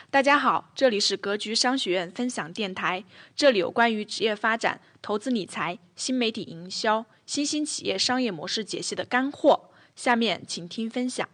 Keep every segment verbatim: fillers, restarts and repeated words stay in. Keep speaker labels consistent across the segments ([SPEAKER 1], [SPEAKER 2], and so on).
[SPEAKER 1] 大家好，这里是格局商学院分享电台，这里有关于职业发展、投资理财、新媒体营销、新兴企业商业模式解析的干货。下面请听分享。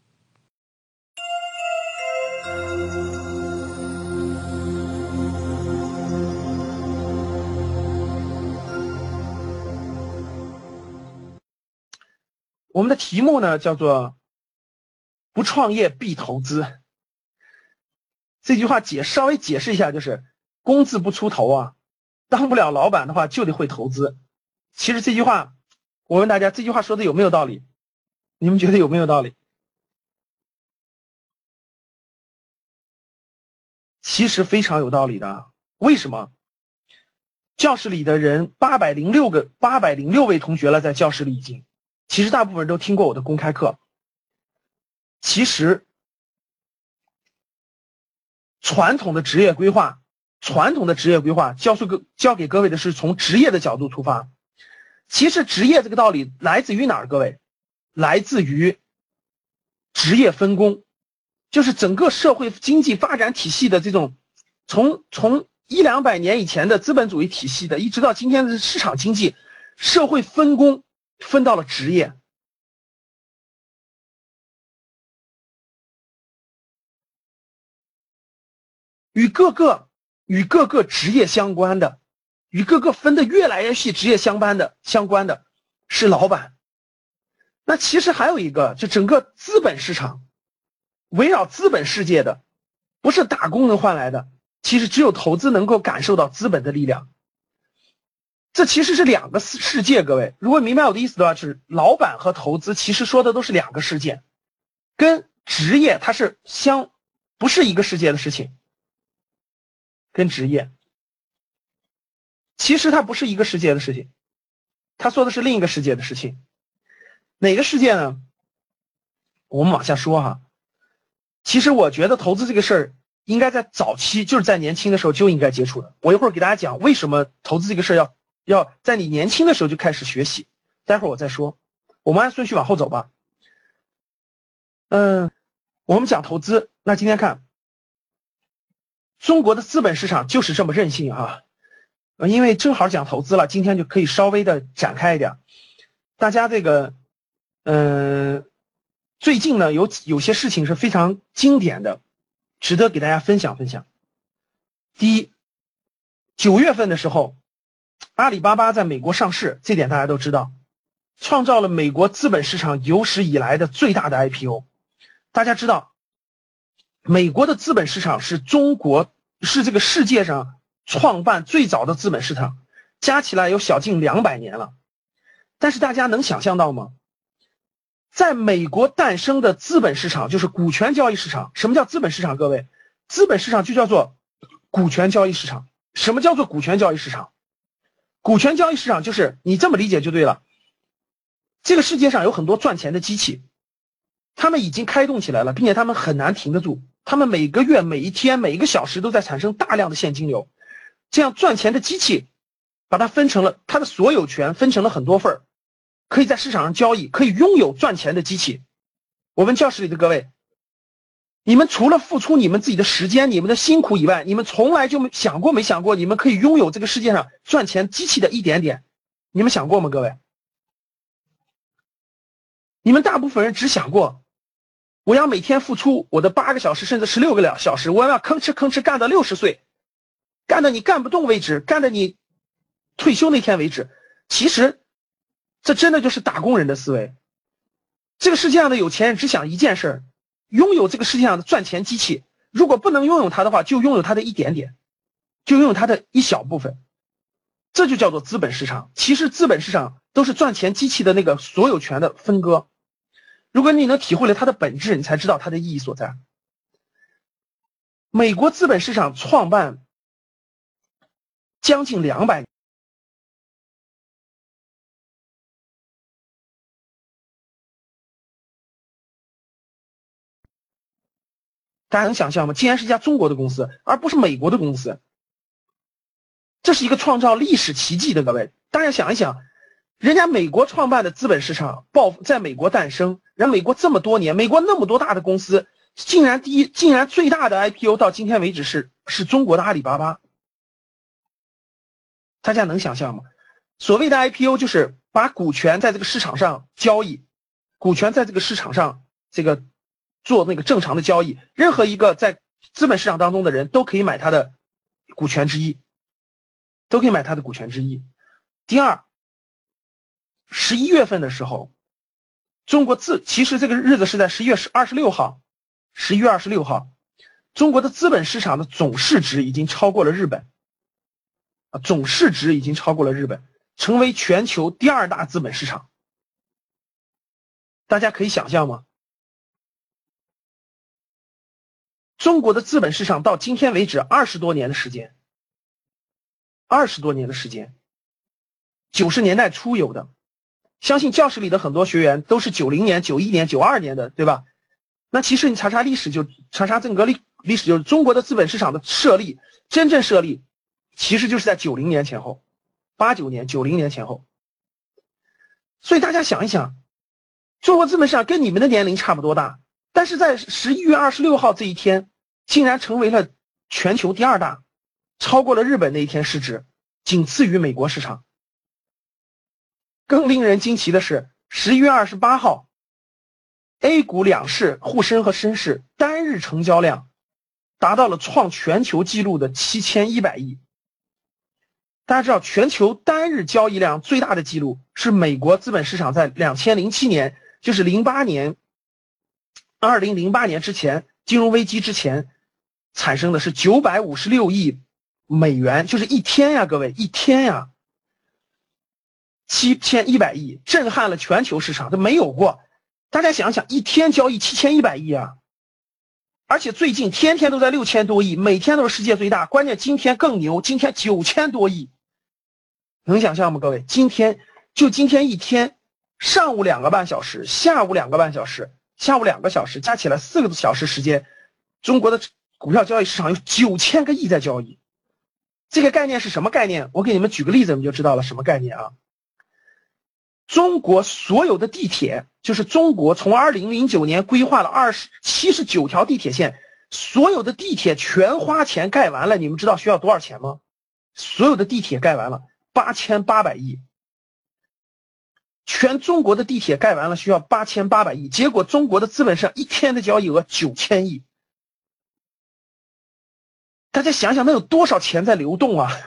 [SPEAKER 2] 我们的题目呢叫做不创业必投资。这句话解稍微解释一下，就是工字不出头啊，当不了老板的话就得会投资。其实这句话，我问大家，这句话说的有没有道理？你们觉得有没有道理？其实非常有道理的。为什么？教室里的人八百零六个八百零六位同学了，在教室里已经，其实大部分人都听过我的公开课。其实传统的职业规划，传统的职业规划教授个教给各位的是从职业的角度出发。其实职业这个道理来自于哪儿？各位，来自于职业分工，就是整个社会经济发展体系的这种，从从一两百年以前的资本主义体系的，一直到今天的市场经济，社会分工分到了职业。与各个与各个职业相关的，与各个分的越来越细职业相关的相关的是老板。那其实还有一个，就整个资本市场围绕资本世界的，不是打工能换来的，其实只有投资能够感受到资本的力量。这其实是两个世界，各位如果明白我的意思的话，就是老板和投资其实说的都是两个世界，跟职业它是相不是一个世界的事情。跟职业其实它不是一个世界的事情，他说的是另一个世界的事情。哪个世界呢？我们往下说哈。其实我觉得投资这个事儿应该在早期，就是在年轻的时候就应该接触的。我一会儿给大家讲为什么投资这个事儿要要在你年轻的时候就开始学习，待会儿我再说。我们按顺序往后走吧。嗯，我们讲投资，那今天看中国的资本市场就是这么任性啊！因为正好讲投资了，今天就可以稍微的展开一点。大家这个，嗯、呃，最近呢有有些事情是非常经典的，值得给大家分享分享。第一，九月份的时候，阿里巴巴在美国上市，这点大家都知道，创造了美国资本市场有史以来的最大的 I P O。大家知道，美国的资本市场是中国是这个世界上创办最早的资本市场，加起来有小近两百年了。但是大家能想象到吗？在美国诞生的资本市场就是股权交易市场。什么叫资本市场？各位，资本市场就叫做股权交易市场。什么叫做股权交易市场？股权交易市场就是你这么理解就对了。这个世界上有很多赚钱的机器，他们已经开动起来了，并且他们很难停得住。他们每个月、每一天、每一个小时都在产生大量的现金流。这样赚钱的机器，把它分成了它的所有权，分成了很多份儿，可以在市场上交易，可以拥有赚钱的机器。我问教室里的各位，你们除了付出你们自己的时间、你们的辛苦以外，你们从来就没想过没想过你们可以拥有这个世界上赚钱机器的一点点？你们想过吗？各位，你们大部分人只想过我要每天付出我的八个小时甚至十六个小时，我要吭哧吭哧干到六十岁，干到你干不动为止，干到你退休那天为止。其实这真的就是打工人的思维。这个世界上的有钱人只想一件事，拥有这个世界上的赚钱机器，如果不能拥有它的话，就拥有它的一点点，就拥有它的一小部分。这就叫做资本市场。其实资本市场都是赚钱机器的那个所有权的分割。如果你能体会了它的本质，你才知道它的意义所在。美国资本市场创办将近两百年，大家能想象吗？竟然是一家中国的公司，而不是美国的公司。这是一个创造历史奇迹的，各位，大家想一想，人家美国创办的资本市场爆在美国诞生，然后美国这么多年，美国那么多大的公司， 竟然第一，竟然最大的 I P O 到今天为止是是中国的阿里巴巴，大家能想象吗？所谓的 I P O 就是把股权在这个市场上交易，股权在这个市场上这个做那个正常的交易，任何一个在资本市场当中的人都可以买他的股权之一，都可以买他的股权之一。第二，十一月份的时候，中国自其实这个日子是在十一月二十六号，十一月二十六号，中国的资本市场的总市值已经超过了日本，啊，总市值已经超过了日本，成为全球第二大资本市场。大家可以想象吗？中国的资本市场到今天为止二十多年的时间，二十多年的时间，九十年代初有的，相信教室里的很多学员都是九零年、九一年、九二年的，对吧？那其实你查查历史就查查整个历历史，就是中国的资本市场的设立，真正设立其实就是在九零年前后，八九年、九零年前后。所以大家想一想，中国资本市场跟你们的年龄差不多大，但是在十一月二十六号这一天，竟然成为了全球第二大，超过了日本那一天市值，仅次于美国市场。更令人惊奇的是，十一月二十八号 A 股两市沪深和深市单日成交量达到了创全球纪录的七千一百亿。大家知道，全球单日交易量最大的记录是美国资本市场在两千零七年，就是零八年二零零八年之前，金融危机之前产生的是九百五十六亿美元，就是一天呀，各位，一天呀，七千一百亿，震撼了全球市场，这没有过。大家想想，一天交易七千一百亿啊！而且最近天天都在六千多亿，每天都是世界最大。关键今天更牛，今天九千多亿，能想象吗？各位，今天就今天一天，上午两个半小时，下午两个半小时，下午两个小时，加起来四个小时时间，中国的股票交易市场有九千个亿在交易。这个概念是什么概念？我给你们举个例子，你就知道了什么概念啊。中国所有的地铁，就是中国从二零零九年规划了二十七十九条地铁线，所有的地铁全花钱盖完了，你们知道需要多少钱吗？所有的地铁盖完了八千八百亿，全中国的地铁盖完了需要八千八百亿，结果中国的资本上一天的交易额九千亿。大家想想，那有多少钱在流动啊？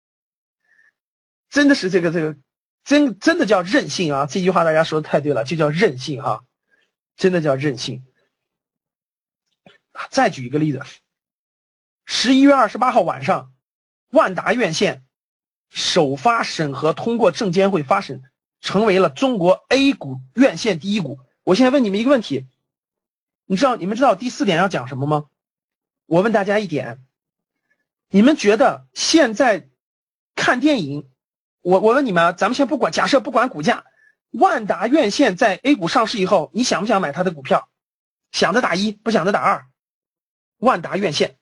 [SPEAKER 2] 真的是这个这个真真的叫任性啊！这句话大家说的太对了，就叫任性哈、啊，真的叫任性。再举一个例子，十一月二十八号晚上，万达院线首发审核通过证监会发审，成为了中国 A 股院线第一股。我现在问你们一个问题，你知道你们知道第四点要讲什么吗？我问大家一点，你们觉得现在看电影，我我问你们啊，咱们先不管，假设不管股价，万达院线在 A 股上市以后，你想不想买它的股票？想的打一，不想的打二。万达院线，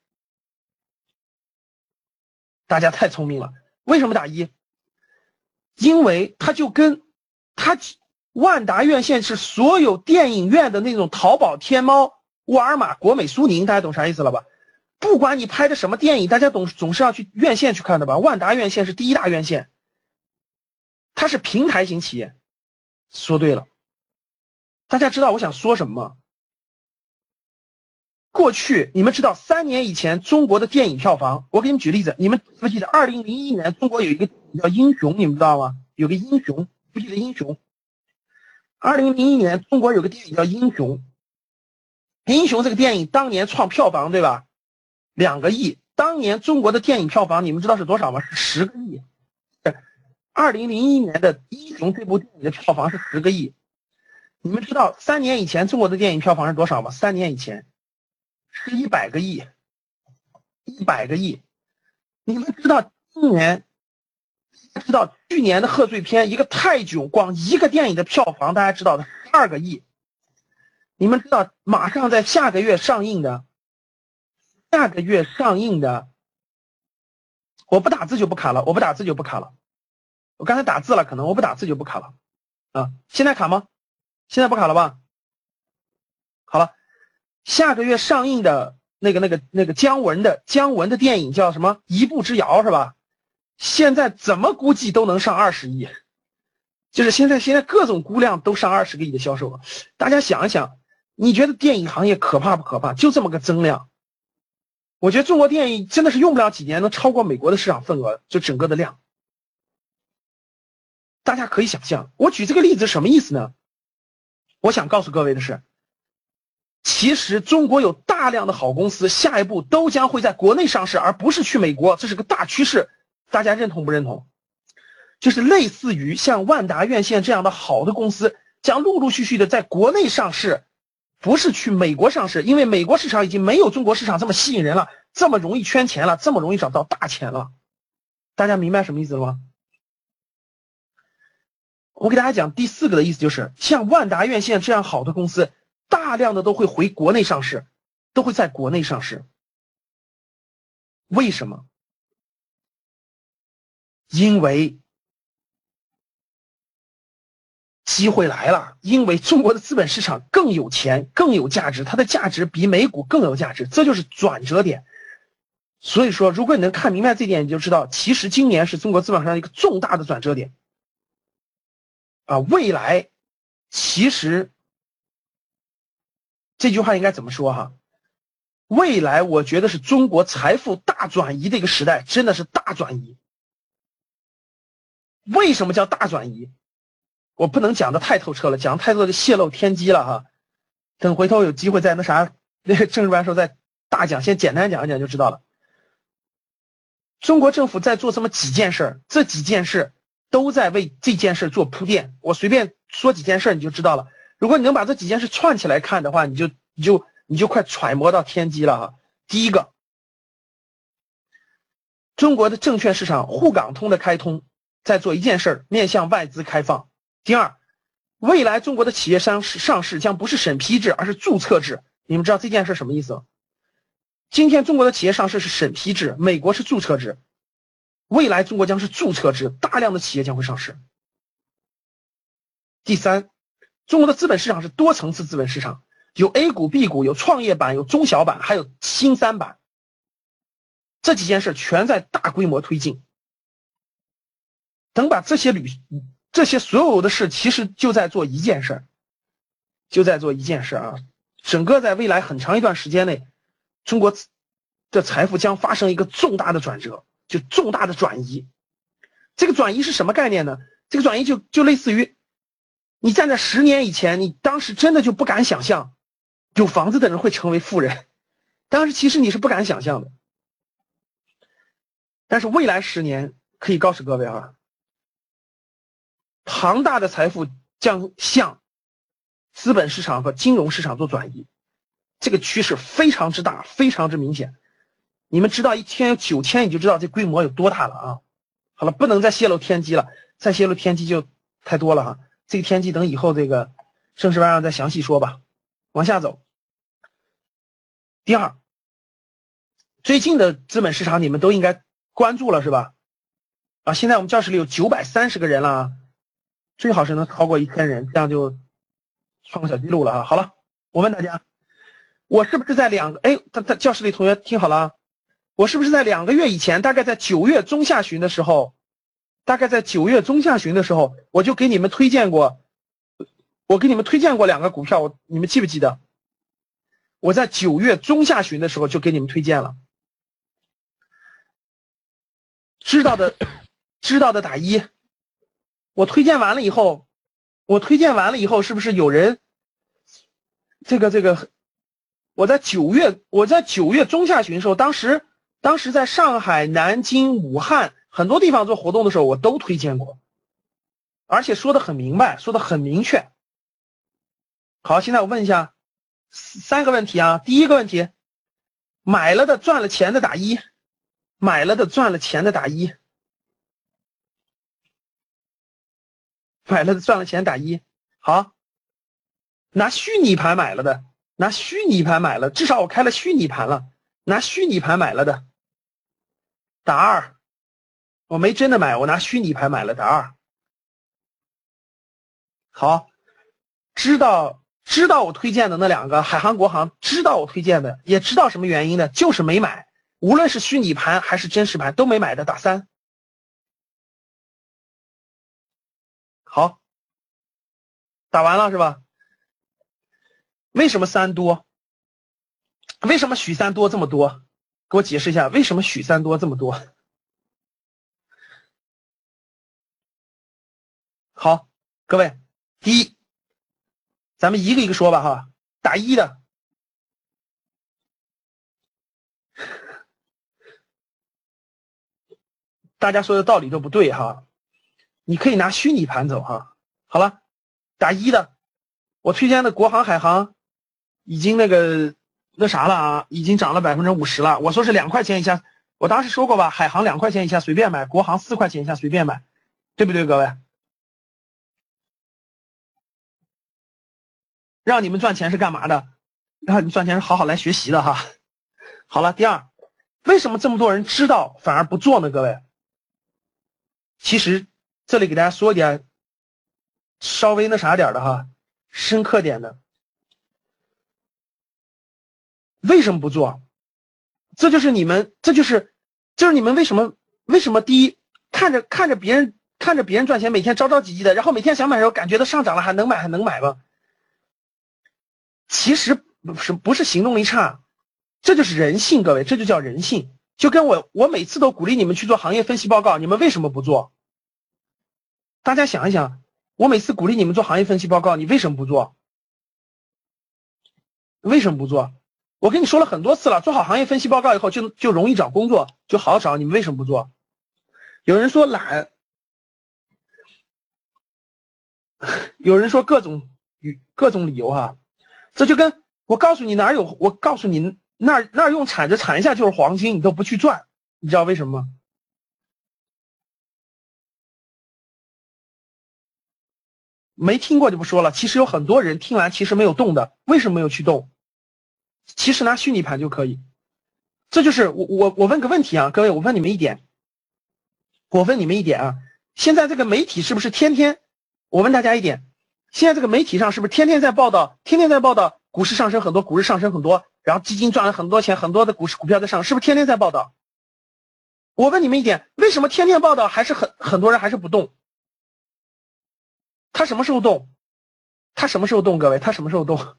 [SPEAKER 2] 大家太聪明了。为什么打一？因为它就跟它万达院线是所有电影院的那种淘宝、天猫、沃尔玛、国美、苏宁，大家懂啥意思了吧？不管你拍的什么电影，大家总总是要去院线去看的吧？万达院线是第一大院线，它是平台型企业。说对了，大家知道我想说什么吗？过去你们知道三年以前中国的电影票房，我给你们举例子，你们记不记得二零零一年中国有一个叫英雄，你们知道吗？有个英雄，不记得英雄。二零零一年中国有个电影叫英雄，英雄这个电影当年创票房对吧？两个亿。当年中国的电影票房你们知道是多少吗？是十个亿。二零零一年的英雄这部电影的票房是十个亿。你们知道三年以前中国的电影票房是多少吗？三年以前是一百个亿，一百个亿。你们知道今年，知道去年的贺岁片一个泰囧，光一个电影的票房大家知道的十二个亿。你们知道马上在下个月上映的，下个月上映的，我不打字就不卡了，我不打字就不卡了。我刚才打字了，可能我不打字就不卡了啊。现在卡吗？现在不卡了吧？好了， 下个月上映的那个那个那个姜文的姜文的电影叫什么？一步之遥是吧？现在怎么估计都能上二十亿，就是现在现在各种估量都上二十个亿的销售。大家想一想，你觉得电影行业可怕不可怕？就这么个增量，我觉得中国电影真的是用不了几年能超过美国的市场份额，就整个的量。大家可以想象，我举这个例子什么意思呢？我想告诉各位的是，其实中国有大量的好公司，下一步都将会在国内上市，而不是去美国，这是个大趋势，大家认同不认同？就是类似于像万达院线这样的好的公司，将陆陆续续的在国内上市，不是去美国上市，因为美国市场已经没有中国市场这么吸引人了，这么容易圈钱了，这么容易找到大钱了。大家明白什么意思了吗？我给大家讲第四个的意思，就是像万达院线这样好的公司，大量的都会回国内上市，都会在国内上市。为什么？因为机会来了，因为中国的资本市场更有钱，更有价值，它的价值比美股更有价值，这就是转折点。所以说，如果你能看明白这点，你就知道，其实今年是中国资本市场一个重大的转折点。啊，未来其实这句话应该怎么说哈？未来我觉得是中国财富大转移的一个时代，真的是大转移。为什么叫大转移？我不能讲的太透彻了，讲太多就泄露天机了哈。等回头有机会在那啥那个政治班时候再大讲，先简单讲一讲就知道了。中国政府在做这么几件事，这几件事都在为这件事做铺垫。我随便说几件事你就知道了。如果你能把这几件事串起来看的话，你就你就你就快揣摩到天机了哈。第一个，中国的证券市场沪港通的开通，在做一件事，面向外资开放。第二，未来中国的企业上市上市将不是审批制，而是注册制。你们知道这件事什么意思吗？今天中国的企业上市是审批制，美国是注册制。未来中国将是注册制，大量的企业将会上市。第三，中国的资本市场是多层次资本市场，有 A 股、B 股，有创业板，有中小板，还有新三板。这几件事全在大规模推进。等把这些旅这些所有的事，其实就在做一件事，就在做一件事啊！整个在未来很长一段时间内，中国的财富将发生一个重大的转折。就重大的转移。这个转移是什么概念呢？这个转移就就类似于你站在十年以前，你当时真的就不敢想象有房子的人会成为富人，当时其实你是不敢想象的。但是未来十年可以告诉各位啊，庞大的财富将向资本市场和金融市场做转移，这个趋势非常之大，非常之明显。你们知道一天有九千，你就知道这规模有多大了啊！好了，不能再泄露天机了，再泄露天机就太多了哈。这个天机等以后这个正式班上再详细说吧。往下走。第二，最近的资本市场你们都应该关注了是吧？啊，现在我们教室里有九百三十个人了啊，最好是能超过一千人，这样就创个小记录了啊。好了，我问大家，我是不是在两个哎，他他教室里同学听好了啊。我是不是在两个月以前，大概在九月中下旬的时候，大概在九月中下旬的时候，我就给你们推荐过，我给你们推荐过两个股票，我你们记不记得？我在九月中下旬的时候就给你们推荐了，知道的知道的打一。我推荐完了以后，我推荐完了以后，是不是有人这个这个？我在九月我在九月中下旬的时候，当时。当时在上海、南京、武汉很多地方做活动的时候，我都推荐过，而且说的很明白，说的很明确。好，现在我问一下三个问题啊。第一个问题，买了的赚了钱的打一，买了的赚了钱的打一，买了的赚了钱打一。好，拿虚拟盘买了的，拿虚拟盘买了，至少我开了虚拟盘了，拿虚拟盘买了的。打二，我没真的买，我拿虚拟盘买了，打二。好，知道知道我推荐的那两个海航、国航，知道我推荐的，也知道什么原因的，就是没买。无论是虚拟盘还是真实盘都没买的，打三。好，打完了是吧？为什么三多？为什么许三多这么多？给我解释一下，为什么许三多这么多？好，各位，第一，咱们一个一个说吧哈。打一的，大家说的道理都不对哈，你可以拿虚拟盘走哈。好了，打一的，我推荐的国航、海航已经那个那啥了啊，已经涨了百分之五十了。我说是两块钱以下，我当时说过吧，海航两块钱以下随便买，国航四块钱以下随便买，对不对，各位？让你们赚钱是干嘛的？让你们赚钱是好好来学习的哈。好了，第二，为什么这么多人知道反而不做呢？各位，其实这里给大家说一点稍微那啥点的哈，深刻点的。为什么不做？这就是你们，这就是就是你们为什么为什么第一看着看着别人看着别人赚钱，每天着着急急的，然后每天想买的时候感觉到上涨了，还能买还能买吗？其实不是不是行动力差，这就是人性，各位，这就叫人性。就跟我我每次都鼓励你们去做行业分析报告，你们为什么不做？大家想一想，我每次鼓励你们做行业分析报告，你为什么不做？为什么不做？我跟你说了很多次了，做好行业分析报告以后就就容易找工作，就好找，你们为什么不做？有人说懒，有人说各种各种理由哈，这就跟我告诉你哪有，我告诉你那儿那儿用铲子铲一下就是黄金，你都不去赚，你知道为什么吗？没听过就不说了，其实有很多人听完其实没有动的，为什么没有去动？其实拿虚拟盘就可以。这就是我我我问个问题啊，各位，我问你们一点，我问你们一点啊，现在这个媒体是不是天天？我问大家一点，现在这个媒体上是不是天天在报道，天天在报道股市上升很多，股市上升很多，然后基金赚了很多钱，很多的股市股票在上，是不是天天在报道？我问你们一点，为什么天天报道还是很很多人还是不动？他什么时候动？他什么时候动？各位，他什么时候动？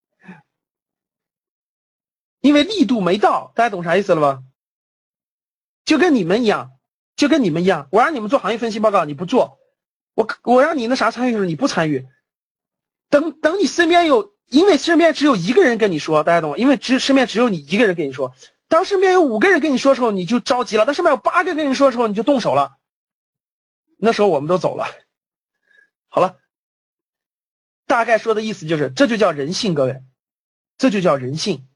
[SPEAKER 2] 因为力度没到，大家懂啥意思了吧？就跟你们一样，就跟你们一样，我让你们做行业分析报告，你不做，我我让你那啥参与的时候，你不参与。等等，你身边有，因为身边只有一个人跟你说，大家懂吗？因为只身边只有你一个人跟你说，当身边有五个人跟你说的时候，你就着急了；当身边有八个跟你说的时候，你就动手了。那时候我们都走了。好了，大概说的意思就是，这就叫人性，各位，这就叫人性。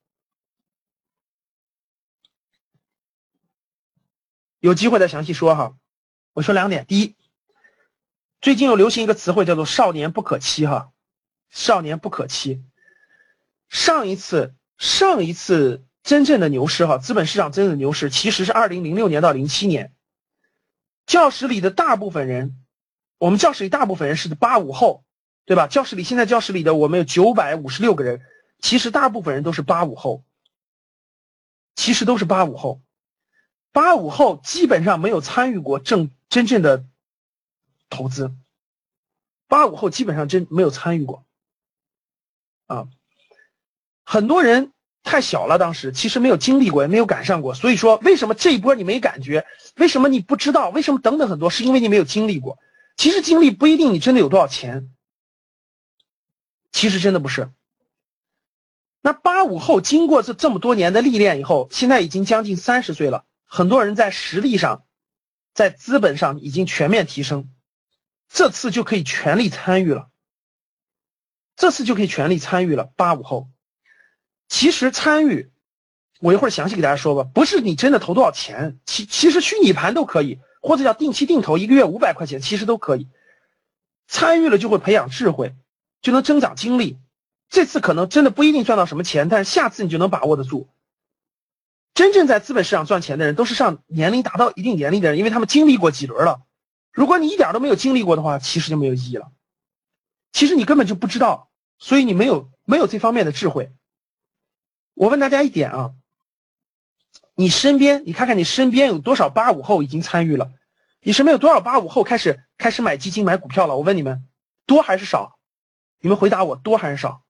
[SPEAKER 2] 有机会再详细说哈。我说两点，第一，最近又流行一个词汇叫做少年不可欺哈，少年不可欺。上一次上一次真正的牛市哈，资本市场真正的牛市其实是二零零六年到零七年。教室里的大部分人，我们教室里大部分人是八五后，对吧？教室里现在教室里的我们有九百五十六个人，其实大部分人都是八五后，其实都是八五后。八五后基本上没有参与过正真正的投资，八五后基本上真没有参与过啊。很多人太小了，当时其实没有经历过，也没有赶上过。所以说，为什么这一波你没感觉？为什么你不知道？为什么等等很多？是因为你没有经历过。其实经历不一定你真的有多少钱，其实真的不是。那八五后经过这这么多年的历练以后，现在已经将近三十岁了。很多人在实力上，在资本上已经全面提升，这次就可以全力参与了。这次就可以全力参与了。八五后，其实参与，我一会儿详细给大家说吧。不是你真的投多少钱，其其实虚拟盘都可以，或者叫定期定投，一个月五百块钱，其实都可以。参与了就会培养智慧，就能增长精力。这次可能真的不一定赚到什么钱，但是下次你就能把握得住。真正在资本市场赚钱的人都是上年龄达到一定年龄的人，因为他们经历过几轮了。如果你一点都没有经历过的话，其实就没有意义了。其实你根本就不知道， 所以你没有没有这方面的智慧。我问大家一点啊，你身边你看看你身边有多少八五后已经参与了？你身边有多少八五后开始开始买基金买股票了？我问你们，多还是少？你们回答我，多还是少？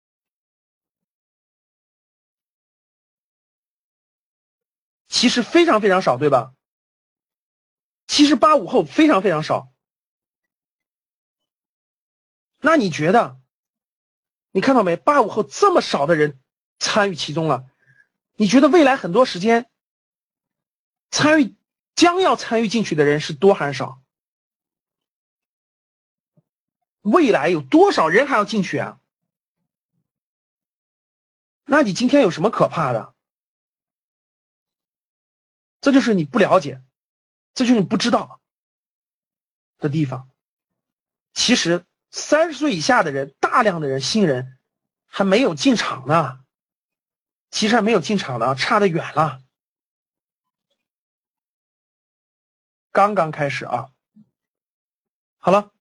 [SPEAKER 2] 其实非常非常少，对吧？其实八五后非常非常少。那你觉得，你看到没？八五后这么少的人参与其中了，你觉得未来很多时间参与将要参与进去的人是多还是少？未来有多少人还要进去啊？那你今天有什么可怕的？这就是你不了解，这就是你不知道的地方。其实三十岁以下的人，大量的人新人还没有进场呢，其实还没有进场呢，差得远了，刚刚开始啊。好了，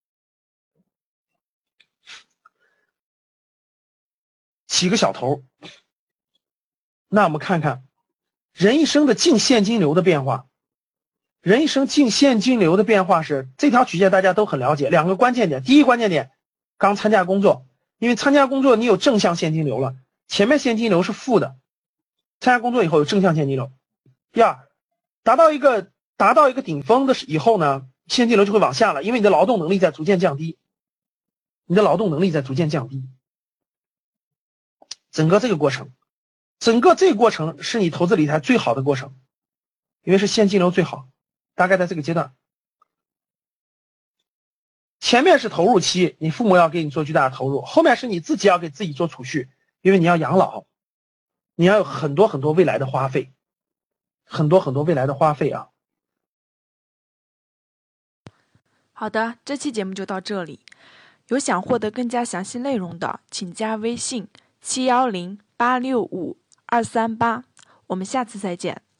[SPEAKER 2] 起个小头。那我们看看人一生的净现金流的变化。人一生净现金流的变化是这条曲线大家都很了解，两个关键点。第一关键点，刚参加工作，因为参加工作你有正向现金流了，前面现金流是负的，参加工作以后有正向现金流。第二，达到一个达到一个顶峰的以后呢，现金流就会往下了，因为你的劳动能力在逐渐降低，你的劳动能力在逐渐降低。整个这个过程，整个这个过程是你投资理财最好的过程，因为是现金流最好。大概在这个阶段，前面是投入期，你父母要给你做巨大的投入，后面是你自己要给自己做储蓄，因为你要养老，你要有很多很多未来的花费，很多很多未来的花费啊。
[SPEAKER 1] 好的，这期节目就到这里。有想获得更加详细内容的，请加微信七一零八六五二三八，我们下次再见。